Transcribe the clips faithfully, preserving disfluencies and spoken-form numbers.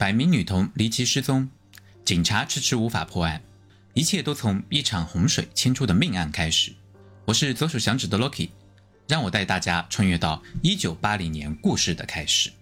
百名女童离奇失踪，警察迟迟无法破案，一切都从一场洪水牵出的命案开始。我是左手响指的 Loki， 让我带大家穿越到一九八零年故事的开始。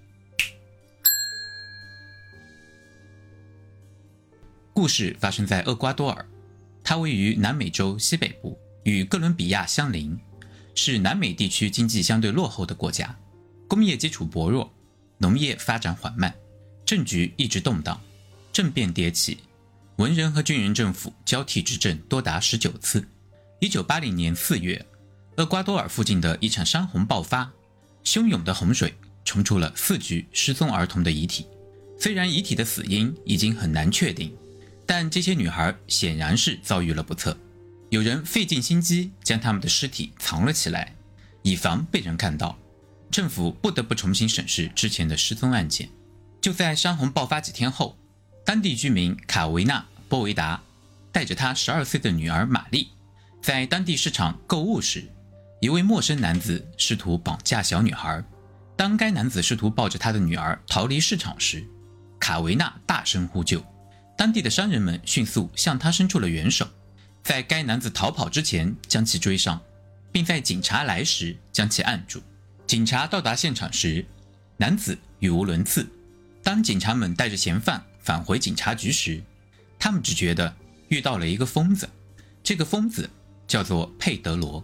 故事发生在厄瓜多尔，它位于南美洲西北部，与哥伦比亚相邻，是南美地区经济相对落后的国家，工业基础薄弱，农业发展缓慢，政局一直动荡，政变迭起，文人和军人政府交替执政多达十九次。一九八零年四月，厄瓜多尔附近的一场山洪爆发，汹涌的洪水冲出了四具失踪儿童的遗体。虽然遗体的死因已经很难确定，但这些女孩显然是遭遇了不测。有人费尽心机将她们的尸体藏了起来，以防被人看到。政府不得不重新审视之前的失踪案件。就在山洪爆发几天后，当地居民卡维纳·波维达带着他十二岁的女儿玛丽，在当地市场购物时，一位陌生男子试图绑架小女孩。当该男子试图抱着他的女儿逃离市场时，卡维纳大声呼救，当地的商人们迅速向他伸出了援手，在该男子逃跑之前将其追上，并在警察来时将其按住。警察到达现场时，男子语无伦次。当警察们带着嫌犯返回警察局时，他们只觉得遇到了一个疯子，这个疯子叫做佩德罗。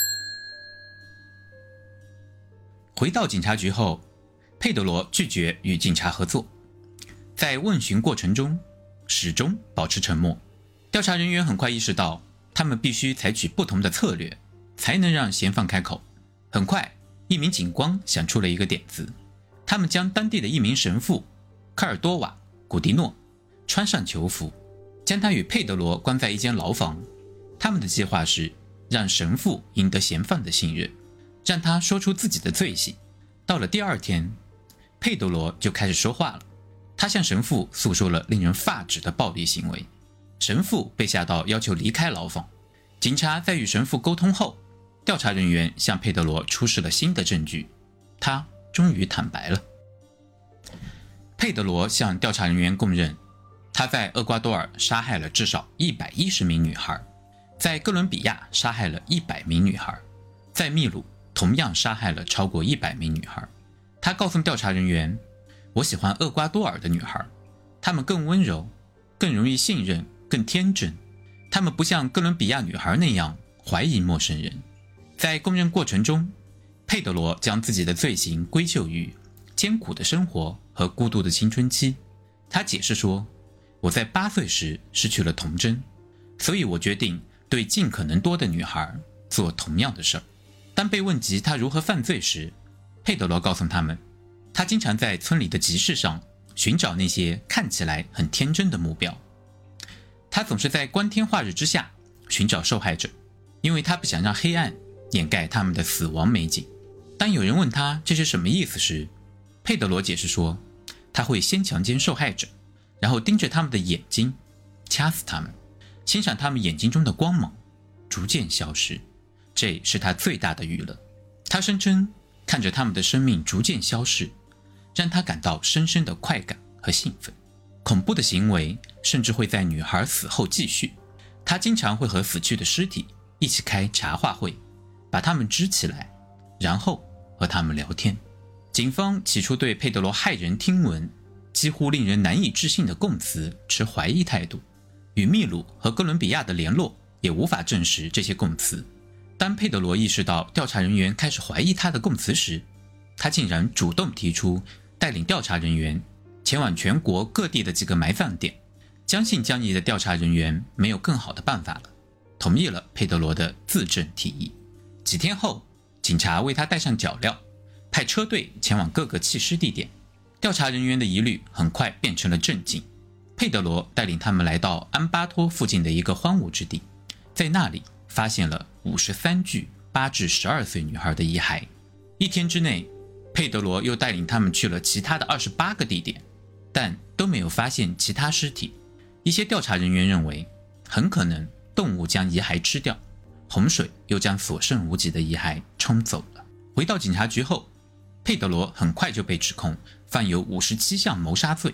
回到警察局后，佩德罗拒绝与警察合作，在问询过程中始终保持沉默。调查人员很快意识到，他们必须采取不同的策略，才能让嫌犯开口。很快，一名警官想出了一个点子，他们将当地的一名神父科尔多瓦·古迪诺穿上囚服，将他与佩德罗关在一间牢房。他们的计划是让神父赢得嫌犯的信任，让他说出自己的罪行。到了第二天，佩德罗就开始说话了，他向神父诉说了令人发指的暴力行为。神父被吓到，要求离开牢房。警察在与神父沟通后，调查人员向佩德罗出示了新的证据，他终于坦白了。佩德罗向调查人员供认，他在厄瓜多尔杀害了至少一百一十名女孩，在哥伦比亚杀害了一百名女孩，在秘鲁同样杀害了超过一百名女孩。他告诉调查人员，我喜欢厄瓜多尔的女孩，她们更温柔，更容易信任，更天真，她们不像哥伦比亚女孩那样怀疑陌生人。在供认过程中，佩德罗将自己的罪行归咎于艰苦的生活和孤独的青春期。他解释说，我在八岁时失去了童真，所以我决定对尽可能多的女孩做同样的事儿。当被问及他如何犯罪时，佩德罗告诉他们，他经常在村里的集市上寻找那些看起来很天真的目标。他总是在光天化日之下寻找受害者，因为他不想让黑暗掩盖他们的死亡美景。当有人问他这是什么意思时，佩德罗解释说，他会先强奸受害者，然后盯着他们的眼睛，掐死他们，欣赏他们眼睛中的光芒逐渐消失。这是他最大的娱乐。他声称看着他们的生命逐渐消逝，让他感到深深的快感和兴奋。恐怖的行为甚至会在女孩死后继续。他经常会和死去的尸体一起开茶话会，把他们支起来，然后和他们聊天。警方起初对佩德罗骇人听闻、几乎令人难以置信的供词持怀疑态度，与秘鲁和哥伦比亚的联络也无法证实这些供词。当佩德罗意识到调查人员开始怀疑他的供词时，他竟然主动提出带领调查人员前往全国各地的几个埋葬点。将信将疑的调查人员没有更好的办法了，同意了佩德罗的自证提议。几天后，警察为他戴上脚镣，派车队前往各个弃尸地点。调查人员的疑虑很快变成了震惊。佩德罗带领他们来到安巴托附近的一个荒芜之地，在那里发现了五十三具八至十二岁女孩的遗骸。一天之内，佩德罗又带领他们去了其他的二十八个地点，但都没有发现其他尸体。一些调查人员认为，很可能动物将遗骸吃掉，洪水又将所剩无几的遗骸冲走了。回到警察局后，佩德罗很快就被指控犯有五十七项谋杀罪，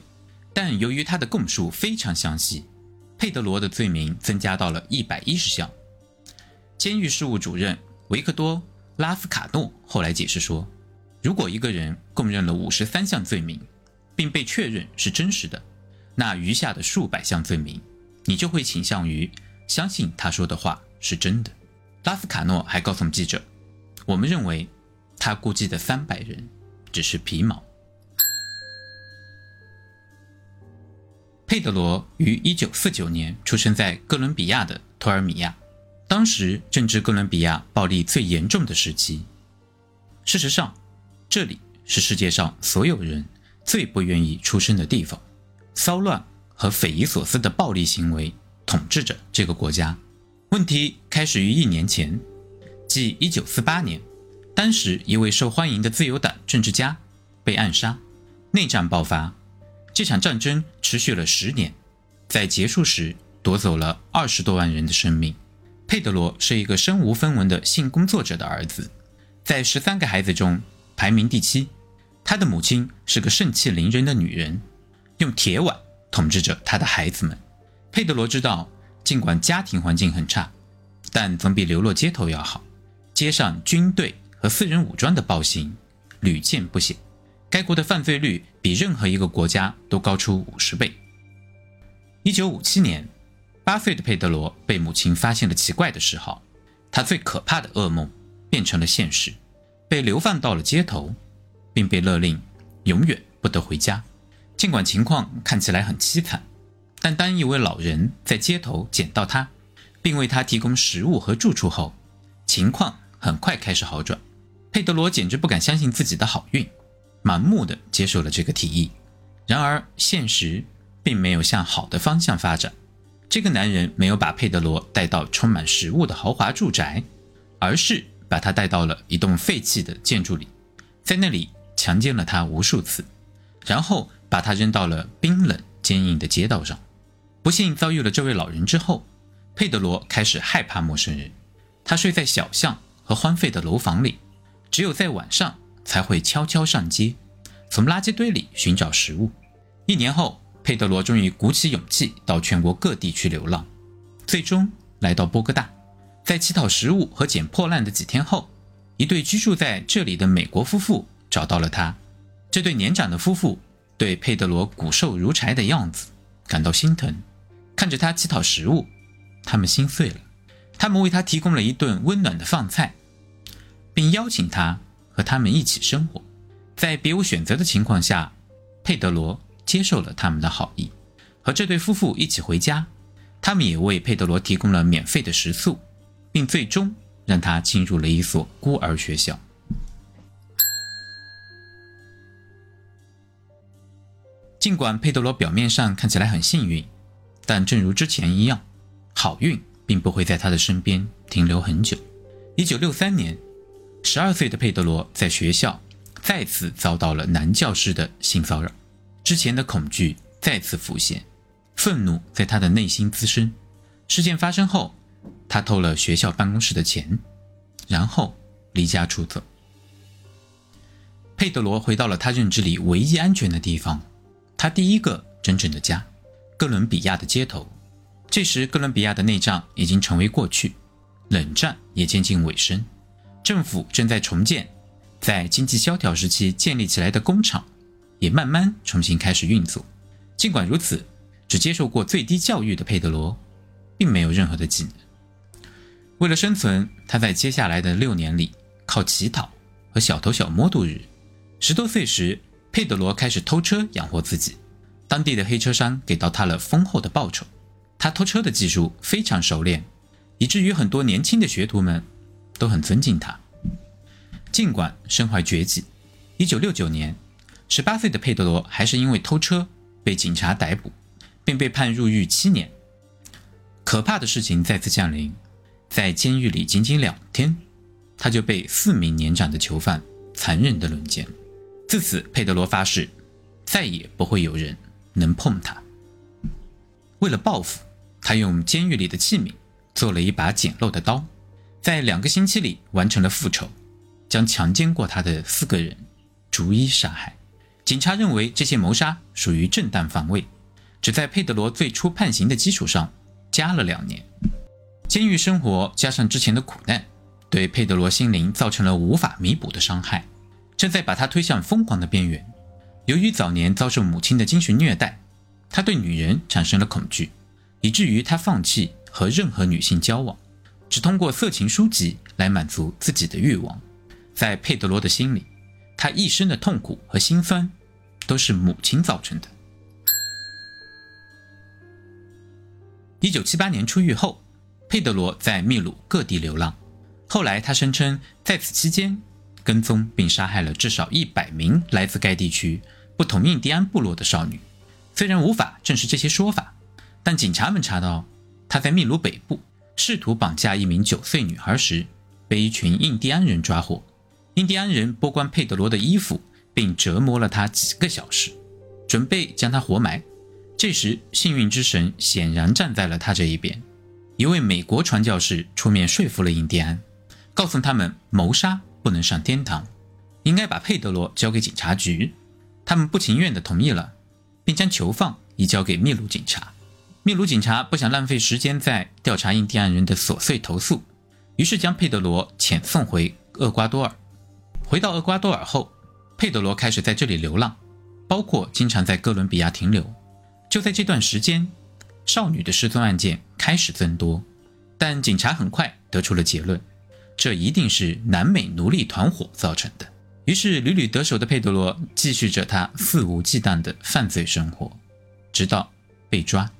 但由于他的供述非常详细，佩德罗的罪名增加到了一百一十项。监狱事务主任维克多·拉斯卡诺后来解释说，如果一个人供认了五十三项罪名，并被确认是真实的，那余下的数百项罪名，你就会倾向于相信他说的话是真的。拉斯卡诺还告诉记者，我们认为他估计的三百人只是皮毛。佩德罗于一九四九年出生在哥伦比亚的托尔米亚，当时正值哥伦比亚暴力最严重的时期。事实上，这里是世界上所有人最不愿意出生的地方，骚乱和匪夷所思的暴力行为统治着这个国家。问题开始于一年前，即一九四八年，当时一位受欢迎的自由党政治家被暗杀，内战爆发。这场战争持续了十年，在结束时夺走了二十多万人的生命。佩德罗是一个身无分文的性工作者的儿子，在十三个孩子中排名第七。他的母亲是个盛气凌人的女人，用铁腕统治着他的孩子们。佩德罗知道，尽管家庭环境很差，但总比流落街头要好。街上军队和私人武装的暴行屡见不鲜，该国的犯罪率比任何一个国家都高出五十倍。一九五七年，八岁的佩德罗被母亲发现了奇怪的嗜好，他最可怕的噩梦变成了现实，被流放到了街头，并被勒令永远不得回家。尽管情况看起来很凄惨，但当一位老人在街头捡到他，并为他提供食物和住处后，情况很快开始好转。佩德罗简直不敢相信自己的好运，盲目地接受了这个提议。然而现实并没有向好的方向发展。这个男人没有把佩德罗带到充满食物的豪华住宅，而是把他带到了一栋废弃的建筑里，在那里强奸了他无数次，然后把他扔到了冰冷坚硬的街道上。不幸遭遇了这位老人之后，佩德罗开始害怕陌生人。他睡在小巷和荒废的楼房里，只有在晚上才会悄悄上街，从垃圾堆里寻找食物。一年后，佩德罗终于鼓起勇气到全国各地去流浪，最终来到波哥大。在乞讨食物和捡破烂的几天后，一对居住在这里的美国夫妇找到了他。这对年长的夫妇对佩德罗骨瘦如柴的样子感到心疼，看着他乞讨食物，他们心碎了。他们为他提供了一顿温暖的饭菜，并邀请他和他们一起生活。在别无选择的情况下，佩德罗接受了他们的好意，和这对夫妇一起回家。他们也为佩德罗提供了免费的食宿，并最终让他进入了一所孤儿学校。尽管佩德罗表面上看起来很幸运，但正如之前一样，好运并不会在他的身边停留很久。一九六三年，十二岁的佩德罗在学校再次遭到了男教师的性骚扰，之前的恐惧再次浮现，愤怒在他的内心滋生。事件发生后，他偷了学校办公室的钱，然后离家出走。佩德罗回到了他认知里唯一安全的地方，他第一个真正的家——哥伦比亚的街头。这时哥伦比亚的内战已经成为过去，冷战也接近尾声，政府正在重建在经济萧条时期建立起来的工厂，也慢慢重新开始运作。尽管如此，只接受过最低教育的佩德罗并没有任何的技能。为了生存，他在接下来的六年里靠乞讨和小偷小摸度日。十多岁时，佩德罗开始偷车养活自己，当地的黑车商给到他了丰厚的报酬。他偷车的技术非常熟练，以至于很多年轻的学徒们都很尊敬他。尽管身怀绝技，一九六九年，十八岁的佩德罗还是因为偷车被警察逮捕，并被判入狱七年。可怕的事情再次降临，在监狱里仅仅两天，他就被四名年长的囚犯残忍地轮奸。自此，佩德罗发誓，再也不会有人能碰他。为了报复，他用监狱里的器皿做了一把简陋的刀，在两个星期里完成了复仇，将强奸过他的四个人逐一杀害。 警察认为这些谋杀属于正当防卫，只在佩德罗最初判刑的基础上加了两年。监狱生活加上之前的苦难，对佩德罗心灵造成了无法弥补的伤害，正在把他推向疯狂的边缘。由于早年遭受母亲的精神虐待，他对女人产生了恐惧，以至于他放弃和任何女性交往，只通过色情书籍来满足自己的欲望。在佩德罗的心里，他一生的痛苦和心酸都是母亲造成的。一九七八年出狱后，佩德罗在秘鲁各地流浪，后来他声称在此期间跟踪并杀害了至少一百名来自该地区不同印第安部落的少女。虽然无法证实这些说法，但警察们查到他在秘鲁北部试图绑架一名九岁女孩时被一群印第安人抓获。印第安人剥光佩德罗的衣服并折磨了他几个小时，准备将他活埋。这时幸运之神显然站在了他这一边，一位美国传教士出面说服了印第安，告诉他们谋杀不能上天堂，应该把佩德罗交给警察局。他们不情愿地同意了，并将囚放移交给秘鲁警察。秘鲁警察不想浪费时间在调查印第安人的琐碎投诉，于是将佩德罗遣送回厄瓜多尔。回到厄瓜多尔后，佩德罗开始在这里流浪，包括经常在哥伦比亚停留。就在这段时间，少女的失踪案件开始增多，但警察很快得出了结论，这一定是南美奴隶团伙造成的。于是屡屡得手的佩德罗继续着他肆无忌惮的犯罪生活，直到被抓。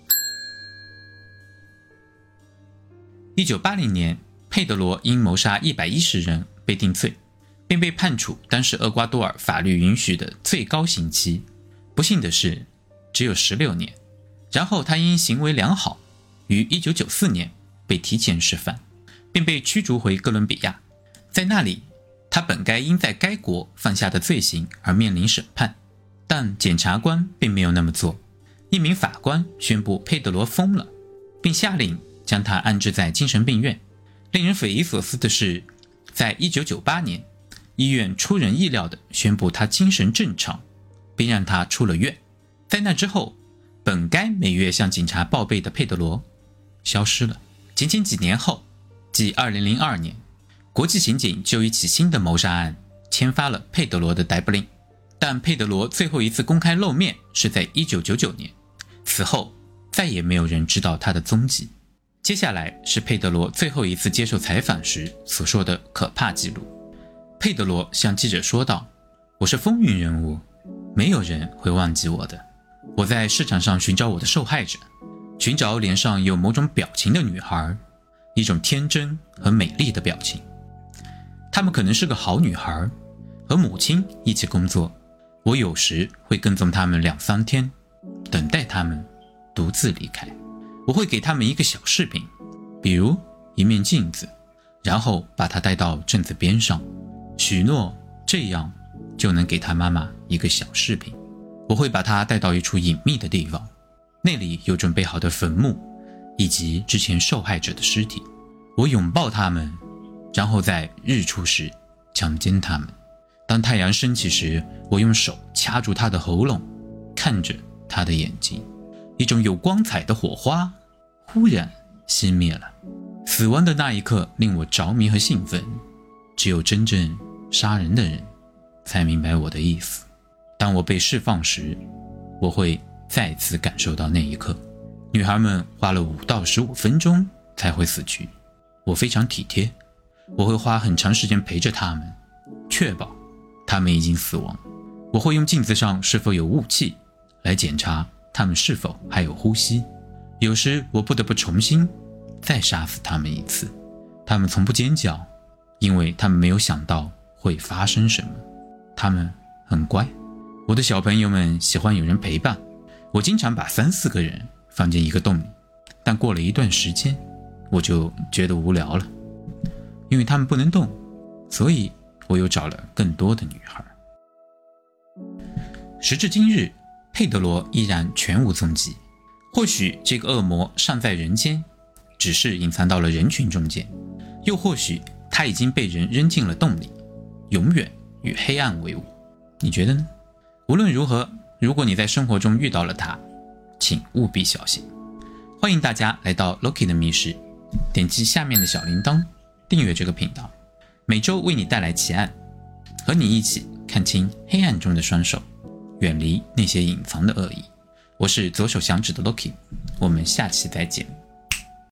一九八零年，佩德罗因谋杀一百一十人被定罪，并被判处当时厄瓜多尔法律允许的最高刑期。不幸的是只有十六年。然后他因行为良好，于一九九四年被提前释放，并被驱逐回哥伦比亚。在那里，他本该因在该国犯下的罪行而面临审判，但检察官并没有那么做。一名法官宣布佩德罗疯了，并下令将他安置在精神病院。令人匪夷所思的是，在一九九八年，医院出人意料地宣布他精神正常，并让他出了院。在那之后，本该每月向警察报备的佩德罗消失了。仅仅几年后，即二零零二年，国际刑警就一起新的谋杀案签发了佩德罗的逮捕令。但佩德罗最后一次公开露面是在一九九九年，此后再也没有人知道他的踪迹。接下来是佩德罗最后一次接受采访时所说的可怕记录。佩德罗向记者说道：“我是风云人物，没有人会忘记我的。我在市场上寻找我的受害者，寻找脸上有某种表情的女孩，一种天真和美丽的表情。她们可能是个好女孩，和母亲一起工作。我有时会跟踪她们两三天，等待她们独自离开。我会给她们一个小饰品，比如一面镜子，然后把她带到镇子边上，许诺这样就能给她妈妈一个小饰品。我会把她带到一处隐秘的地方，那里有准备好的坟墓以及之前受害者的尸体。我拥抱他们，然后在日出时强奸他们。当太阳升起时，我用手掐住他的喉咙，看着他的眼睛。一种有光彩的火花忽然熄灭了。死亡的那一刻令我着迷和兴奋，只有真正杀人的人才明白我的意思。当我被释放时，我会再次感受到那一刻。女孩们花了五到十五分钟才会死去。我非常体贴，我会花很长时间陪着她们，确保她们已经死亡。我会用镜子上是否有雾气来检查她们是否还有呼吸。有时我不得不重新再杀死她们一次。她们从不尖叫，因为她们没有想到会发生什么。她们很乖。我的小朋友们喜欢有人陪伴，我经常把三四个人放进一个洞里，但过了一段时间，我就觉得无聊了，因为他们不能动，所以我又找了更多的女孩。时至今日，佩德罗依然全无踪迹。或许这个恶魔尚在人间，只是隐藏到了人群中间，又或许他已经被人扔进了洞里，永远与黑暗为伍。你觉得呢？ 无论如何，如果你在生活中遇到了他，请务必小心。欢迎大家来到 Loki 的密室，点击下面的小铃铛，订阅这个频道，每周为你带来奇案，和你一起看清黑暗中的双手，远离那些隐藏的恶意。我是左手响指的 Loki， 我们下期再见。